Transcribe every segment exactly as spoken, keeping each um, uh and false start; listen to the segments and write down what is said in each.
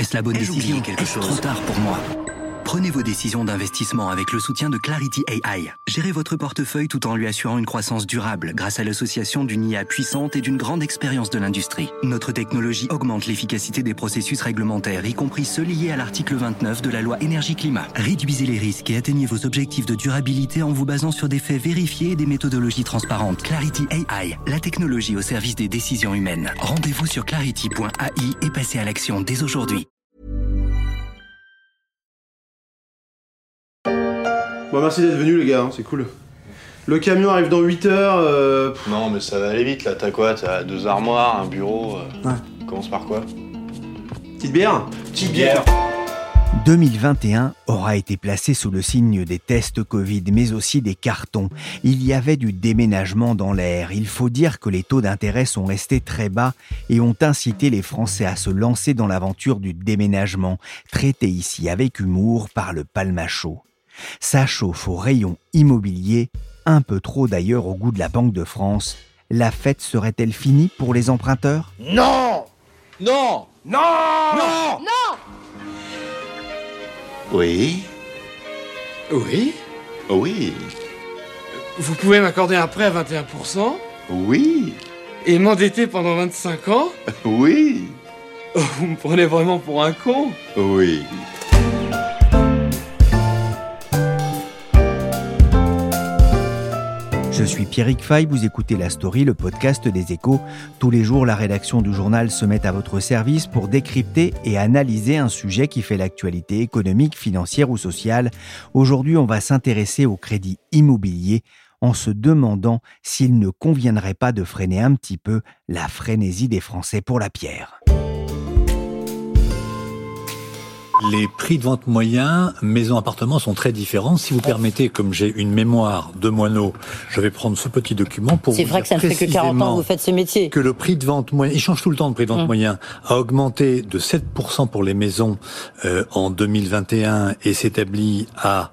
Est-ce la bonne décision? Est-ce trop tard pour moi? Prenez vos décisions d'investissement avec le soutien de Clarity A I. Gérez votre portefeuille tout en lui assurant une croissance durable grâce à l'association d'une I A puissante et d'une grande expérience de l'industrie. Notre technologie augmente l'efficacité des processus réglementaires, y compris ceux liés à l'article vingt-neuf de la loi énergie-climat. Réduisez les risques et atteignez vos objectifs de durabilité en vous basant sur des faits vérifiés et des méthodologies transparentes. Clarity A I, la technologie au service des décisions humaines. Rendez-vous sur clarity point A I et passez à l'action dès aujourd'hui. Bon, merci d'être venu les gars, hein, c'est cool. Le camion arrive dans huit heures. Euh... Non mais ça va aller vite là, t'as quoi? T'as deux armoires, un bureau. Euh... Ouais. Commence par quoi? Petite bière? Petite bière. deux mille vingt et un aura été placé sous le signe des tests Covid, mais aussi des cartons. Il y avait du déménagement dans l'air. Il faut dire que les taux d'intérêt sont restés très bas et ont incité les Français à se lancer dans l'aventure du déménagement, traité ici avec humour par le Palmachot. Ça chauffe au rayon immobilier, un peu trop d'ailleurs au goût de la Banque de France. La fête serait-elle finie pour les emprunteurs ? Non ! Non ! Non ! Non ! Non ! Oui ? Oui ? Oui. Vous pouvez m'accorder un prêt à vingt et un pour cent ? Oui. Et m'endetter pendant vingt-cinq ans ? Oui. Oh, vous me prenez vraiment pour un con ? Oui. Je suis Pierrick Fay, vous écoutez La Story, le podcast des Échos. Tous les jours, la rédaction du journal se met à votre service pour décrypter et analyser un sujet qui fait l'actualité économique, financière ou sociale. Aujourd'hui, on va s'intéresser au crédit immobilier en se demandant s'il ne conviendrait pas de freiner un petit peu la frénésie des Français pour la pierre. Les prix de vente moyens, maison-appartement, sont très différents. Si vous permettez, comme j'ai une mémoire de moineau, je vais prendre ce petit document pour vous dire C'est vrai que ça ne fait que quarante ans que vous faites ce métier. Que le prix de vente moyen, il change tout le temps, le prix de vente mmh. moyen, a augmenté de sept pour cent pour les maisons euh, en deux mille vingt et un et s'établit à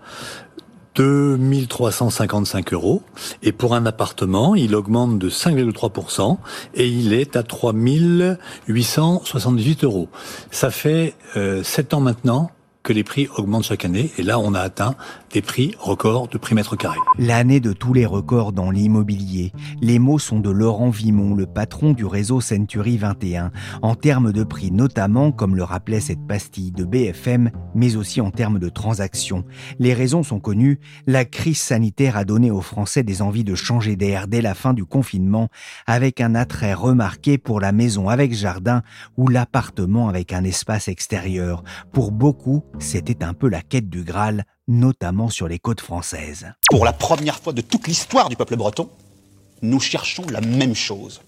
deux mille trois cent cinquante-cinq euros. Et pour un appartement, il augmente de cinq virgule trois pour cent et il est à trois mille huit cent soixante-dix-huit euros. Ça fait euh, sept ans maintenant que les prix augmentent chaque année. Et là, on a atteint des prix records de prix mètre carré. L'année de tous les records dans l'immobilier. Les mots sont de Laurent Vimon, le patron du réseau Century vingt et un, en termes de prix notamment, comme le rappelait cette pastille de B F M, mais aussi en termes de transactions. Les raisons sont connues. La crise sanitaire a donné aux Français des envies de changer d'air dès la fin du confinement, avec un attrait remarqué pour la maison avec jardin ou l'appartement avec un espace extérieur. Pour beaucoup, c'était un peu la quête du Graal, notamment sur les côtes françaises. Pour la première fois de toute l'histoire du peuple breton, nous cherchons la même chose,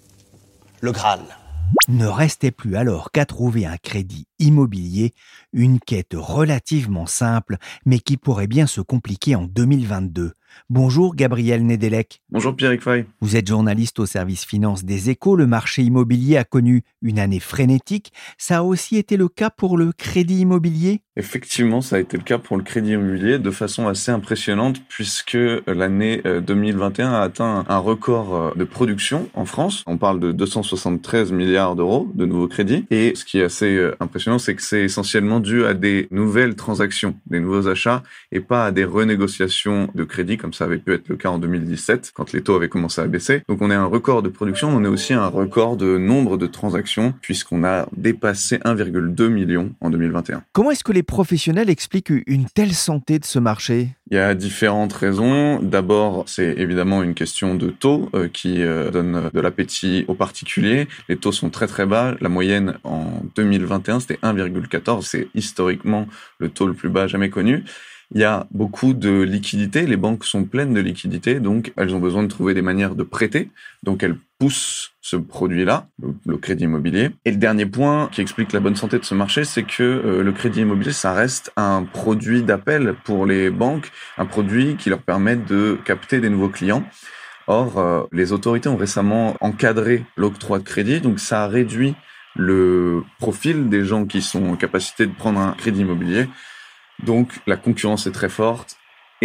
le Graal. Ne restait plus alors qu'à trouver un crédit immobilier, une quête relativement simple, mais qui pourrait bien se compliquer en deux mille vingt-deux. Bonjour Gabriel Nedelec. Bonjour Pierrick Fay. Vous êtes journaliste au service finance des Échos. Le marché immobilier a connu une année frénétique. Ça a aussi été le cas pour le crédit immobilier ? Effectivement, ça a été le cas pour le crédit immobilier de façon assez impressionnante puisque l'année deux mille vingt et un a atteint un record de production en France. On parle de deux cent soixante-treize milliards d'euros de nouveaux crédits. Et ce qui est assez impressionnant, c'est que c'est essentiellement dû à des nouvelles transactions, des nouveaux achats et pas à des renégociations de crédit comme ça avait pu être le cas en deux mille dix-sept quand les taux avaient commencé à baisser. Donc on est à un record de production, on est aussi à un record de nombre de transactions puisqu'on a dépassé un virgule deux million en deux mille vingt et un. Comment est-ce que les professionnels expliquent une telle santé de ce marché ? Il y a différentes raisons. D'abord, c'est évidemment une question de taux euh, qui euh, donne de l'appétit aux particuliers. Les taux sont très très bas. La moyenne en deux mille vingt et un, c'était un virgule quatorze. C'est historiquement le taux le plus bas jamais connu. Il y a beaucoup de liquidités, les banques sont pleines de liquidités, donc elles ont besoin de trouver des manières de prêter, donc elles poussent ce produit-là, le, le crédit immobilier. Et le dernier point qui explique la bonne santé de ce marché, c'est que euh, le crédit immobilier, ça reste un produit d'appel pour les banques, un produit qui leur permet de capter des nouveaux clients. Or, euh, les autorités ont récemment encadré l'octroi de crédit, donc ça a réduit le profil des gens qui sont en capacité de prendre un crédit immobilier. Donc, la concurrence est très forte et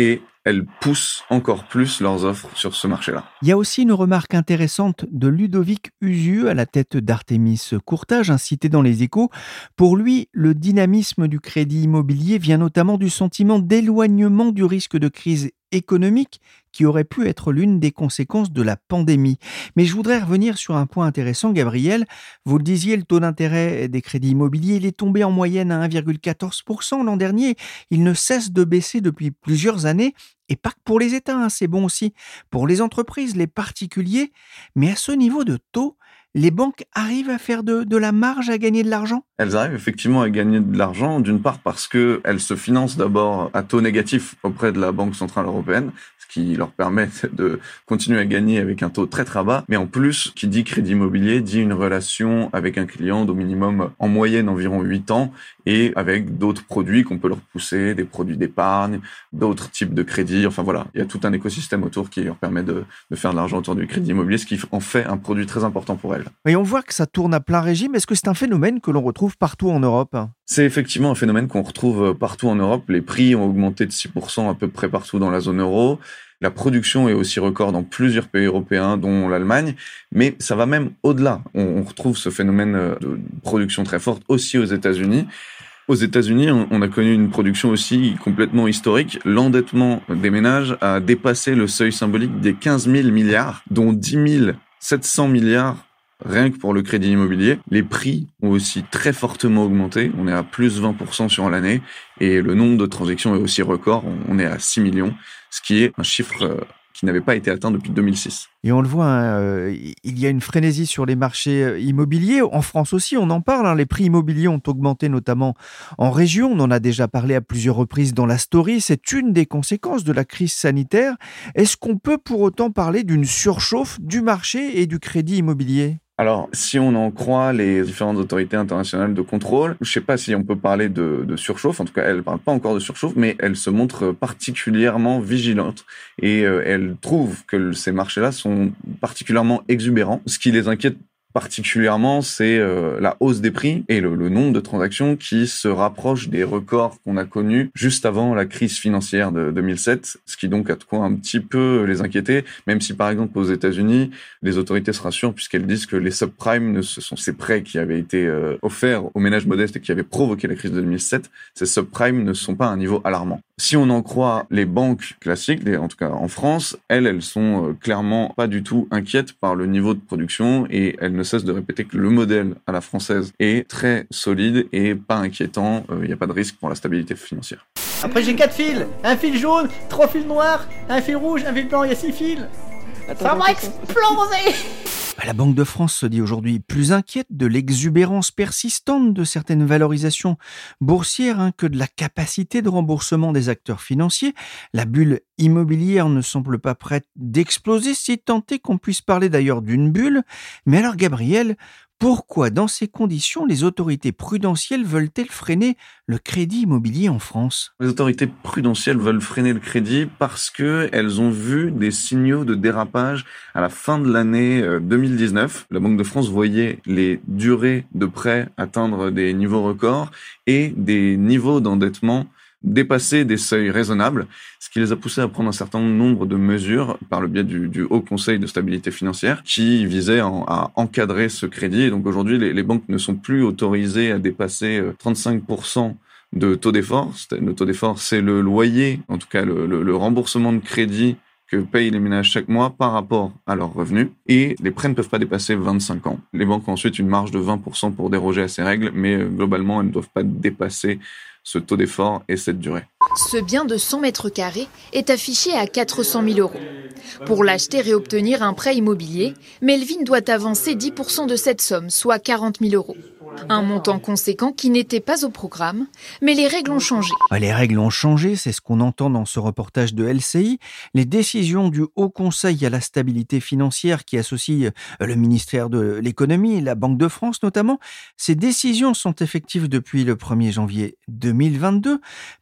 elles poussent encore plus leurs offres sur ce marché-là. Il y a aussi une remarque intéressante de Ludovic Usieux à la tête d'Artémis Courtage, cité dans les Échos. Pour lui, le dynamisme du crédit immobilier vient notamment du sentiment d'éloignement du risque de crise économique qui aurait pu être l'une des conséquences de la pandémie. Mais je voudrais revenir sur un point intéressant, Gabriel. Vous le disiez, le taux d'intérêt des crédits immobiliers, il est tombé en moyenne à un virgule quatorze pour cent l'an dernier. Il ne cesse de baisser depuis plusieurs années. Et pas que pour les États, hein, c'est bon aussi pour les entreprises, les particuliers. Mais à ce niveau de taux, les banques arrivent à faire de, de la marge, à gagner de l'argent ? Elles arrivent effectivement à gagner de l'argent, d'une part parce qu'elles se financent d'abord à taux négatif auprès de la Banque Centrale Européenne, ce qui leur permet de continuer à gagner avec un taux très très bas. Mais en plus, qui dit crédit immobilier, dit une relation avec un client d'au minimum en moyenne environ huit ans et avec d'autres produits qu'on peut leur pousser, des produits d'épargne, d'autres types de crédits. Enfin voilà, il y a tout un écosystème autour qui leur permet de, de faire de l'argent autour du crédit immobilier, ce qui en fait un produit très important pour elles. Et on voit que ça tourne à plein régime. Est-ce que c'est un phénomène que l'on retrouve partout en Europe ? C'est effectivement un phénomène qu'on retrouve partout en Europe. Les prix ont augmenté de six pour cent à peu près partout dans la zone euro. La production est aussi record dans plusieurs pays européens, dont l'Allemagne. Mais ça va même au-delà. On retrouve ce phénomène de production très forte aussi aux États-Unis. Aux États-Unis, on a connu une production aussi complètement historique. L'endettement des ménages a dépassé le seuil symbolique des quinze mille milliards, dont dix mille sept cents milliards rien que pour le crédit immobilier. Les prix ont aussi très fortement augmenté. On est à plus vingt pour cent sur l'année. Et le nombre de transactions est aussi record. On est à six millions, ce qui est un chiffre qui n'avait pas été atteint depuis deux mille six. Et on le voit, hein, euh, il y a une frénésie sur les marchés immobiliers. En France aussi, on en parle. Hein, les prix immobiliers ont augmenté notamment en région. On en a déjà parlé à plusieurs reprises dans la story. C'est une des conséquences de la crise sanitaire. Est-ce qu'on peut pour autant parler d'une surchauffe du marché et du crédit immobilier ? Alors, si on en croit les différentes autorités internationales de contrôle, je ne sais pas si on peut parler de, de surchauffe. En tout cas, elles ne parlent pas encore de surchauffe, mais elles se montrent particulièrement vigilantes et euh, elles trouvent que ces marchés-là sont particulièrement exubérants. Ce qui les inquiète particulièrement, c'est euh, la hausse des prix et le, le nombre de transactions qui se rapprochent des records qu'on a connus juste avant la crise financière de deux mille sept, ce qui donc a de quoi un petit peu les inquiéter, même si par exemple aux États-Unis, les autorités se rassurent puisqu'elles disent que les subprimes, ce sont ces prêts qui avaient été euh, offerts aux ménages modestes et qui avaient provoqué la crise de deux mille sept, ces subprimes ne sont pas à un niveau alarmant. Si on en croit les banques classiques, les, en tout cas en France, elles, elles sont euh, clairement pas du tout inquiètes par le niveau de production et elles ne cessent de répéter que le modèle à la française est très solide et pas inquiétant. Il euh, n'y a pas de risque pour la stabilité financière. Après j'ai quatre fils, un fil jaune, trois fils noirs, un fil rouge, un fil blanc, il y a six fils. Attends, ça va exploser. La Banque de France se dit aujourd'hui plus inquiète de l'exubérance persistante de certaines valorisations boursières hein, que de la capacité de remboursement des acteurs financiers. La bulle immobilière ne semble pas prête d'exploser, si tant est qu'on puisse parler d'ailleurs d'une bulle. Mais alors Gabriel, pourquoi dans ces conditions les autorités prudentielles veulent-elles freiner le crédit immobilier en France ? Les autorités prudentielles veulent freiner le crédit parce qu'elles ont vu des signaux de dérapage à la fin de l'année deux mille dix-neuf. La Banque de France voyait les durées de prêts atteindre des niveaux records et des niveaux d'endettement dépasser des seuils raisonnables, ce qui les a poussés à prendre un certain nombre de mesures par le biais du, du Haut Conseil de stabilité financière qui visait en, à encadrer ce crédit. Et donc aujourd'hui, les, les banques ne sont plus autorisées à dépasser trente-cinq pour cent de taux d'effort. Le taux d'effort, c'est le loyer, en tout cas le, le, le remboursement de crédit que payent les ménages chaque mois par rapport à leurs revenus. Et les prêts ne peuvent pas dépasser vingt-cinq ans. Les banques ont ensuite une marge de vingt pour cent pour déroger à ces règles, mais globalement, elles ne doivent pas dépasser ce taux d'effort et cette durée. Ce bien de cent mètres carrés est affiché à quatre cent mille euros. Pour l'acheter et obtenir un prêt immobilier, Melvin doit avancer dix pour cent de cette somme, soit quarante mille euros. Un montant conséquent qui n'était pas au programme, mais les règles ont changé. Les règles ont changé, c'est ce qu'on entend dans ce reportage de L C I. Les décisions du Haut Conseil à la stabilité financière qui associe le ministère de l'économie et la Banque de France notamment, ces décisions sont effectives depuis le premier janvier deux mille vingt-deux.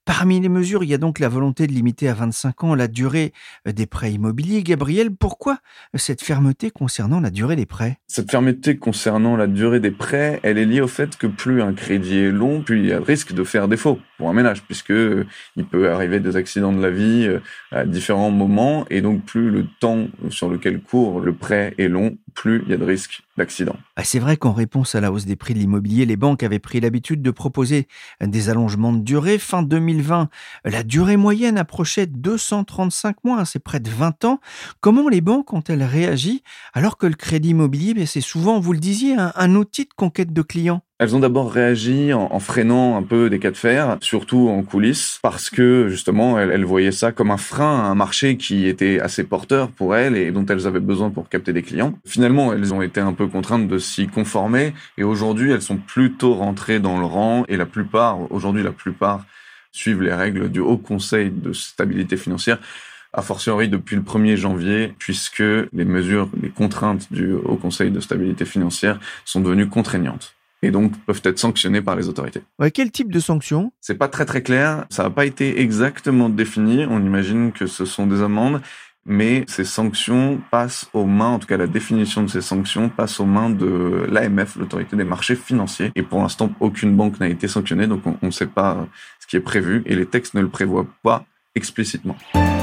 Parmi les mesures, il y a donc la volonté de limiter à vingt-cinq ans la durée des prêts immobiliers. Gabriel, pourquoi cette fermeté concernant la durée des prêts ? Cette fermeté concernant la durée des prêts, elle est liée au fait que plus un crédit est long, plus il y a le risque de faire défaut pour un ménage, puisque il peut arriver des accidents de la vie à différents moments, et donc plus le temps sur lequel court le prêt est long, plus il y a de risques d'accident. C'est vrai qu'en réponse à la hausse des prix de l'immobilier, les banques avaient pris l'habitude de proposer des allongements de durée. Fin deux mille vingt, la durée moyenne approchait deux cent trente-cinq mois, c'est près de vingt ans. Comment les banques ont-elles réagi alors que le crédit immobilier, c'est souvent, vous le disiez, un, un outil de conquête de clients ? Elles ont d'abord réagi en, en freinant un peu des cas de fer, surtout en coulisses, parce que justement, elles, elles voyaient ça comme un frein à un marché qui était assez porteur pour elles et dont elles avaient besoin pour capter des clients. Finalement, elles ont été un peu contraintes de s'y conformer et aujourd'hui, elles sont plutôt rentrées dans le rang et la plupart, aujourd'hui, la plupart suivent les règles du Haut Conseil de stabilité financière, a fortiori depuis le premier janvier, puisque les mesures, les contraintes du Haut Conseil de stabilité financière sont devenues contraignantes. Et donc peuvent être sanctionnés par les autorités. Ouais, quel type de sanctions ? C'est pas très très clair, ça n'a pas été exactement défini, on imagine que ce sont des amendes, mais ces sanctions passent aux mains, en tout cas la définition de ces sanctions passe aux mains de l'A M F, l'autorité des marchés financiers, et pour l'instant aucune banque n'a été sanctionnée, donc on ne sait pas ce qui est prévu, et les textes ne le prévoient pas explicitement.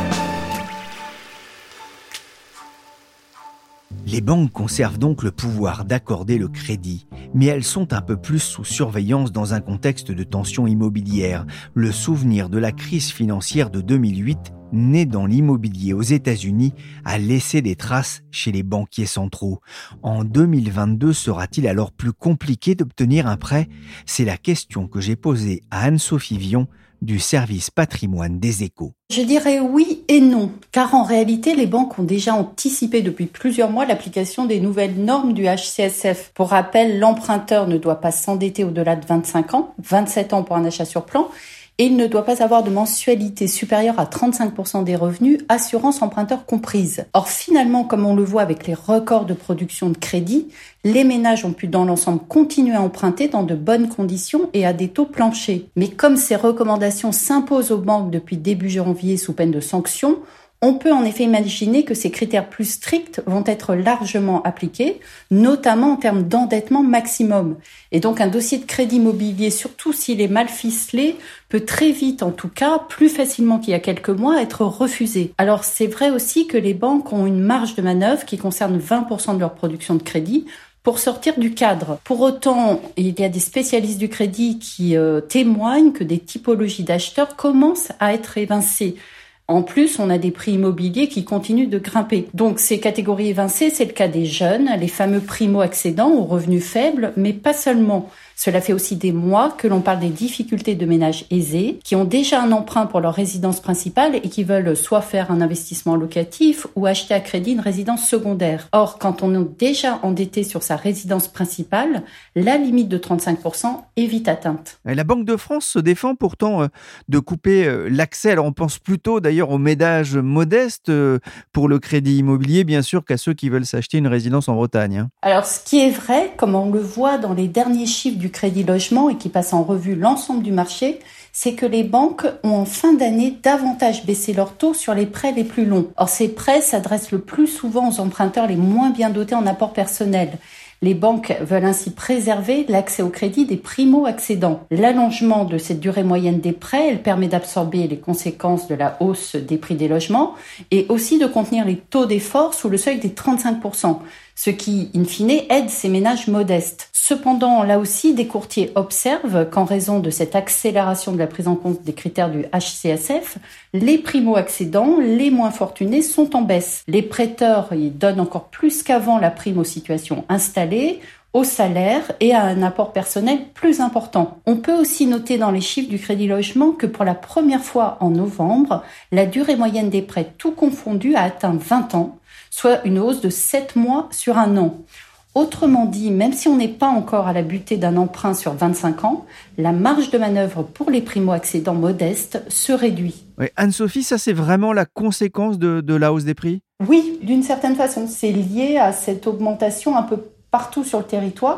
Les banques conservent donc le pouvoir d'accorder le crédit, mais elles sont un peu plus sous surveillance dans un contexte de tension immobilière. Le souvenir de la crise financière de deux mille huit, née dans l'immobilier aux États-Unis, a laissé des traces chez les banquiers centraux. En deux mille vingt-deux, sera-t-il alors plus compliqué d'obtenir un prêt ? C'est la question que j'ai posée à Anne-Sophie Vion, du service patrimoine des Échos. Je dirais oui et non, car en réalité, les banques ont déjà anticipé depuis plusieurs mois l'application des nouvelles normes du H C S F. Pour rappel, l'emprunteur ne doit pas s'endetter au-delà de vingt-cinq ans, vingt-sept ans pour un achat sur plan, et il ne doit pas avoir de mensualité supérieure à trente-cinq pour cent des revenus, assurance emprunteur comprise. Or, finalement, comme on le voit avec les records de production de crédit, les ménages ont pu dans l'ensemble continuer à emprunter dans de bonnes conditions et à des taux planchers. Mais comme ces recommandations s'imposent aux banques depuis début janvier sous peine de sanctions, on peut en effet imaginer que ces critères plus stricts vont être largement appliqués, notamment en termes d'endettement maximum. Et donc un dossier de crédit immobilier, surtout s'il est mal ficelé, peut très vite, en tout cas, plus facilement qu'il y a quelques mois, être refusé. Alors c'est vrai aussi que les banques ont une marge de manœuvre qui concerne vingt pour cent de leur production de crédit, pour sortir du cadre. Pour autant, il y a des spécialistes du crédit qui euh, témoignent que des typologies d'acheteurs commencent à être évincées. En plus, on a des prix immobiliers qui continuent de grimper. Donc, ces catégories évincées, c'est le cas des jeunes, les fameux primo-accédants aux revenus faibles, mais pas seulement. Cela fait aussi des mois que l'on parle des difficultés de ménages aisés qui ont déjà un emprunt pour leur résidence principale et qui veulent soit faire un investissement locatif ou acheter à crédit une résidence secondaire. Or, quand on est déjà endetté sur sa résidence principale, la limite de trente-cinq pour cent est vite atteinte. La Banque de France se défend pourtant de couper l'accès. Alors, on pense plutôt d'ailleurs aux ménages modestes pour le crédit immobilier, bien sûr, qu'à ceux qui veulent s'acheter une résidence en Bretagne. Alors, ce qui est vrai, comme on le voit dans les derniers chiffres du crédit logement et qui passe en revue l'ensemble du marché, c'est que les banques ont en fin d'année davantage baissé leurs taux sur les prêts les plus longs. Or, ces prêts s'adressent le plus souvent aux emprunteurs les moins bien dotés en apport personnel. Les banques veulent ainsi préserver l'accès au crédit des primo-accédants. L'allongement de cette durée moyenne des prêts, elle permet d'absorber les conséquences de la hausse des prix des logements et aussi de contenir les taux d'effort sous le seuil des trente-cinq pour cent, ce qui, in fine, aide ces ménages modestes. Cependant, là aussi, des courtiers observent qu'en raison de cette accélération de la prise en compte des critères du H C S F, les primo-accédants, les moins fortunés, sont en baisse. Les prêteurs ils donnent encore plus qu'avant la prime aux situations installées, au salaire et à un apport personnel plus important. On peut aussi noter dans les chiffres du Crédit Logement que pour la première fois en novembre, la durée moyenne des prêts tout confondus a atteint vingt ans, soit une hausse de sept mois sur un an. Autrement dit, même si on n'est pas encore à la butée d'un emprunt sur vingt-cinq ans, la marge de manœuvre pour les primo-accédants modestes se réduit. Oui, Anne-Sophie, ça c'est vraiment la conséquence de, de la hausse des prix ? Oui, d'une certaine façon. C'est lié à cette augmentation un peu partout sur le territoire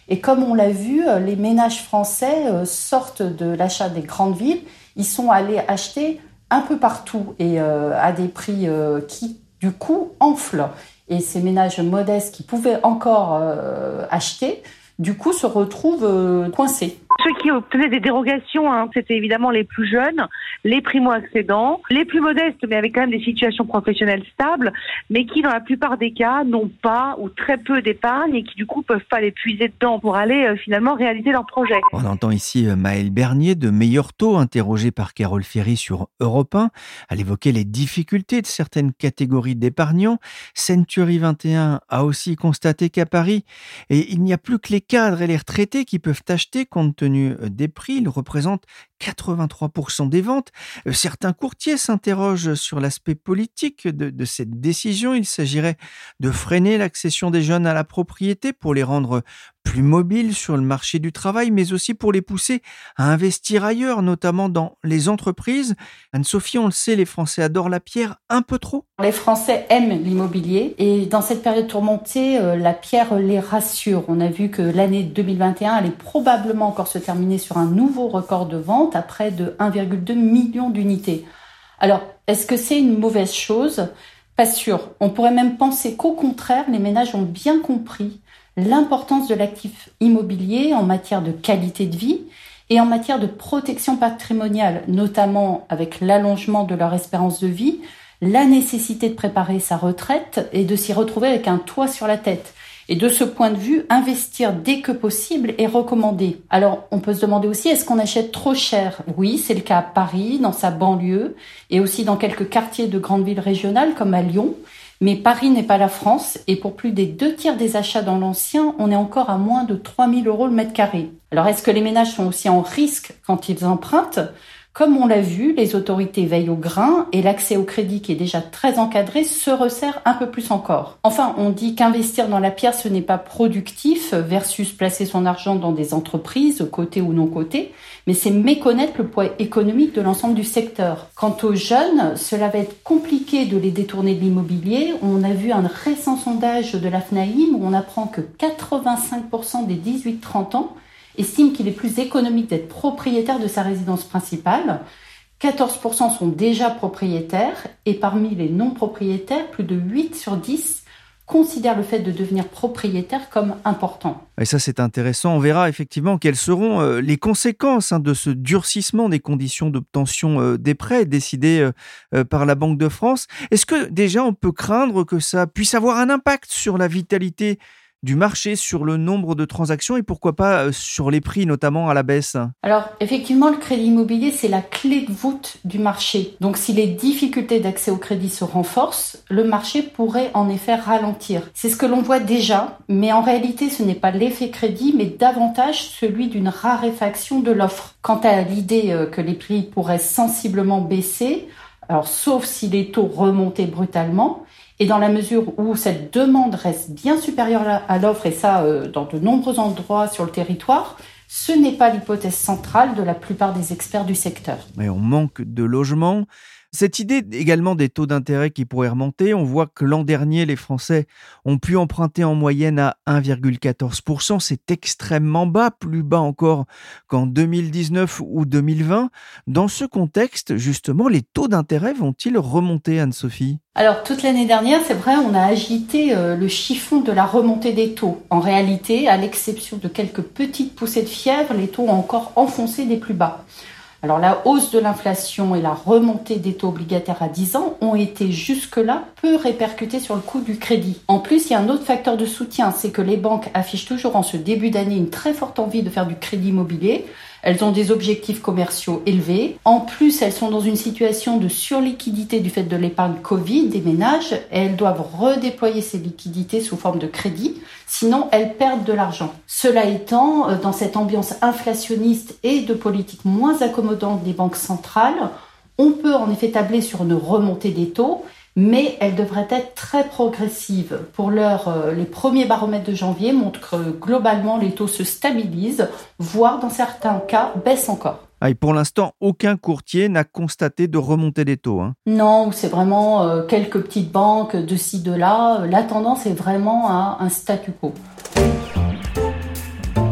Et comme on l'a vu, les ménages français sortent de l'achat des grandes villes. Ils sont allés acheter un peu partout et euh, à des prix euh, qui, du coup, enflent. Et ces ménages modestes qui pouvaient encore euh, acheter, du coup, se retrouvent euh, coincés. Ceux qui obtenaient des dérogations, hein, c'était évidemment les plus jeunes, les primo-accédants, les plus modestes, mais avec quand même des situations professionnelles stables, mais qui, dans la plupart des cas, n'ont pas ou très peu d'épargne et qui, du coup, peuvent pas les puiser dedans pour aller euh, finalement réaliser leur projet. On entend ici Maëlle Bernier de Meilleur Taux, interrogée par Carole Ferry sur Europe un. Elle évoquait les difficultés de certaines catégories d'épargnants. Century vingt et un a aussi constaté qu'à Paris, et il n'y a plus que les cadres et les retraités qui peuvent acheter compte tenu des prix. Ils représentent quatre-vingt-trois pour cent des ventes. Certains courtiers s'interrogent sur l'aspect politique de, de cette décision. Il s'agirait de freiner l'accession des jeunes à la propriété pour les rendre plus mobiles sur le marché du travail, mais aussi pour les pousser à investir ailleurs, notamment dans les entreprises. Anne-Sophie, on le sait, les Français adorent la pierre un peu trop. Les Français aiment l'immobilier et dans cette période tourmentée, la pierre les rassure. On a vu que l'année deux mille vingt et un allait probablement encore se terminer sur un nouveau record de vente à près de un virgule deux million d'unités. Alors, est-ce que c'est une mauvaise chose ? Pas sûr. On pourrait même penser qu'au contraire, les ménages ont bien compris l'importance de l'actif immobilier en matière de qualité de vie et en matière de protection patrimoniale, notamment avec l'allongement de leur espérance de vie, la nécessité de préparer sa retraite et de s'y retrouver avec un toit sur la tête. Et de ce point de vue, investir dès que possible est recommandé. Alors, on peut se demander aussi, est-ce qu'on achète trop cher ? Oui, c'est le cas à Paris, dans sa banlieue, et aussi dans quelques quartiers de grandes villes régionales, comme à Lyon. Mais Paris n'est pas la France, et pour plus des deux tiers des achats dans l'ancien, on est encore à moins de trois mille euros le mètre carré. Alors, est-ce que les ménages sont aussi en risque quand ils empruntent ? Comme on l'a vu, les autorités veillent au grain et l'accès au crédit qui est déjà très encadré se resserre un peu plus encore. Enfin, on dit qu'investir dans la pierre, ce n'est pas productif versus placer son argent dans des entreprises, cotées ou non cotées, mais c'est méconnaître le poids économique de l'ensemble du secteur. Quant aux jeunes, cela va être compliqué de les détourner de l'immobilier. On a vu un récent sondage de la FNAIM où on apprend que quatre-vingt-cinq pour cent des dix-huit trente ans estiment qu'il est plus économique d'être propriétaire de sa résidence principale. quatorze pour cent sont déjà propriétaires et parmi les non-propriétaires, plus de huit sur dix considèrent le fait de devenir propriétaire comme important. Et ça, c'est intéressant. On verra effectivement quelles seront euh, les conséquences hein, de ce durcissement des conditions d'obtention euh, des prêts décidés euh, euh, par la Banque de France. Est-ce que déjà on peut craindre que ça puisse avoir un impact sur la vitalité du marché, sur le nombre de transactions et pourquoi pas sur les prix, notamment à la baisse? Alors, effectivement, le crédit immobilier, c'est la clé de voûte du marché. Donc, si les difficultés d'accès au crédit se renforcent, le marché pourrait en effet ralentir. C'est ce que l'on voit déjà, mais en réalité, ce n'est pas l'effet crédit, mais davantage celui d'une raréfaction de l'offre. Quant à l'idée que les prix pourraient sensiblement baisser, alors sauf si les taux remontaient brutalement, et dans la mesure où cette demande reste bien supérieure à l'offre, et ça euh, dans de nombreux endroits sur le territoire, ce n'est pas l'hypothèse centrale de la plupart des experts du secteur. Mais on manque de logements. Cette idée également des taux d'intérêt qui pourraient remonter, on voit que l'an dernier, les Français ont pu emprunter en moyenne à un virgule quatorze pour cent. C'est extrêmement bas, plus bas encore qu'en deux mille dix-neuf ou deux mille vingt. Dans ce contexte, justement, les taux d'intérêt vont-ils remonter, Anne-Sophie ? Alors, toute l'année dernière, c'est vrai, on a agité euh, le chiffon de la remontée des taux. En réalité, à l'exception de quelques petites poussées de fièvre, les taux ont encore enfoncé des plus bas. Alors la hausse de l'inflation et la remontée des taux obligataires à dix ans ont été jusque-là peu répercutées sur le coût du crédit. En plus, il y a un autre facteur de soutien, c'est que les banques affichent toujours en ce début d'année une très forte envie de faire du crédit immobilier. Elles ont des objectifs commerciaux élevés. En plus, elles sont dans une situation de surliquidité du fait de l'épargne Covid des ménages et elles doivent redéployer ces liquidités sous forme de crédit, sinon elles perdent de l'argent. Cela étant, dans cette ambiance inflationniste et de politique moins accommodante des banques centrales, on peut en effet tabler sur une remontée des taux, mais elle devrait être très progressive. Pour l'heure, les premiers baromètres de janvier montrent que globalement les taux se stabilisent, voire dans certains cas baissent encore. Ah, et pour l'instant, aucun courtier n'a constaté de remontée des taux. Hein. Non, c'est vraiment euh, quelques petites banques de ci, de là. La tendance est vraiment à un statu quo.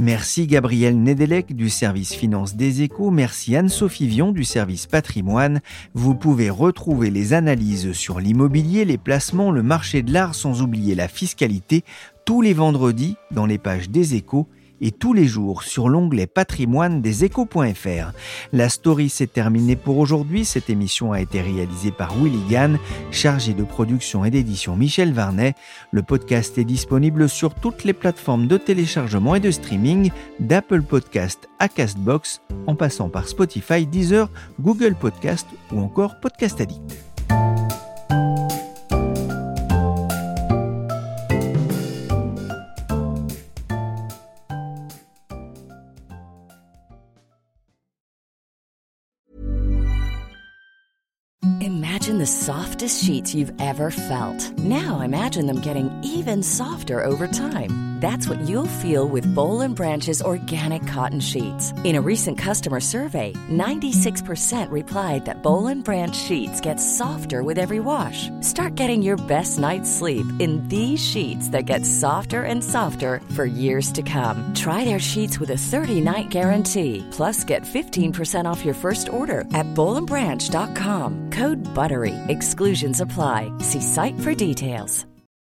Merci Gabriel Nedelec du service finance des Échos, merci Anne-Sophie Vion du service patrimoine. Vous pouvez retrouver les analyses sur l'immobilier, les placements, le marché de l'art, sans oublier la fiscalité, tous les vendredis dans les pages des Échos et tous les jours sur l'onglet patrimoine des échos point f r. La story s'est terminée pour aujourd'hui. Cette émission a été réalisée par Willy Gann, chargé de production et d'édition Michel Varnet. Le podcast est disponible sur toutes les plateformes de téléchargement et de streaming, d'Apple Podcast à Castbox, en passant par Spotify, Deezer, Google Podcast ou encore Podcast Addict. Imagine the softest sheets you've ever felt. Now imagine them getting even softer over time. That's what you'll feel with Boll and Branch's organic cotton sheets. In a recent customer survey, ninety-six percent replied that Boll and Branch sheets get softer with every wash. Start getting your best night's sleep in these sheets that get softer and softer for years to come. Try their sheets with a thirty-night guarantee. Plus, get fifteen percent off your first order at boll and branch dot com. Code BUTTERY. Exclusions apply. See site for details.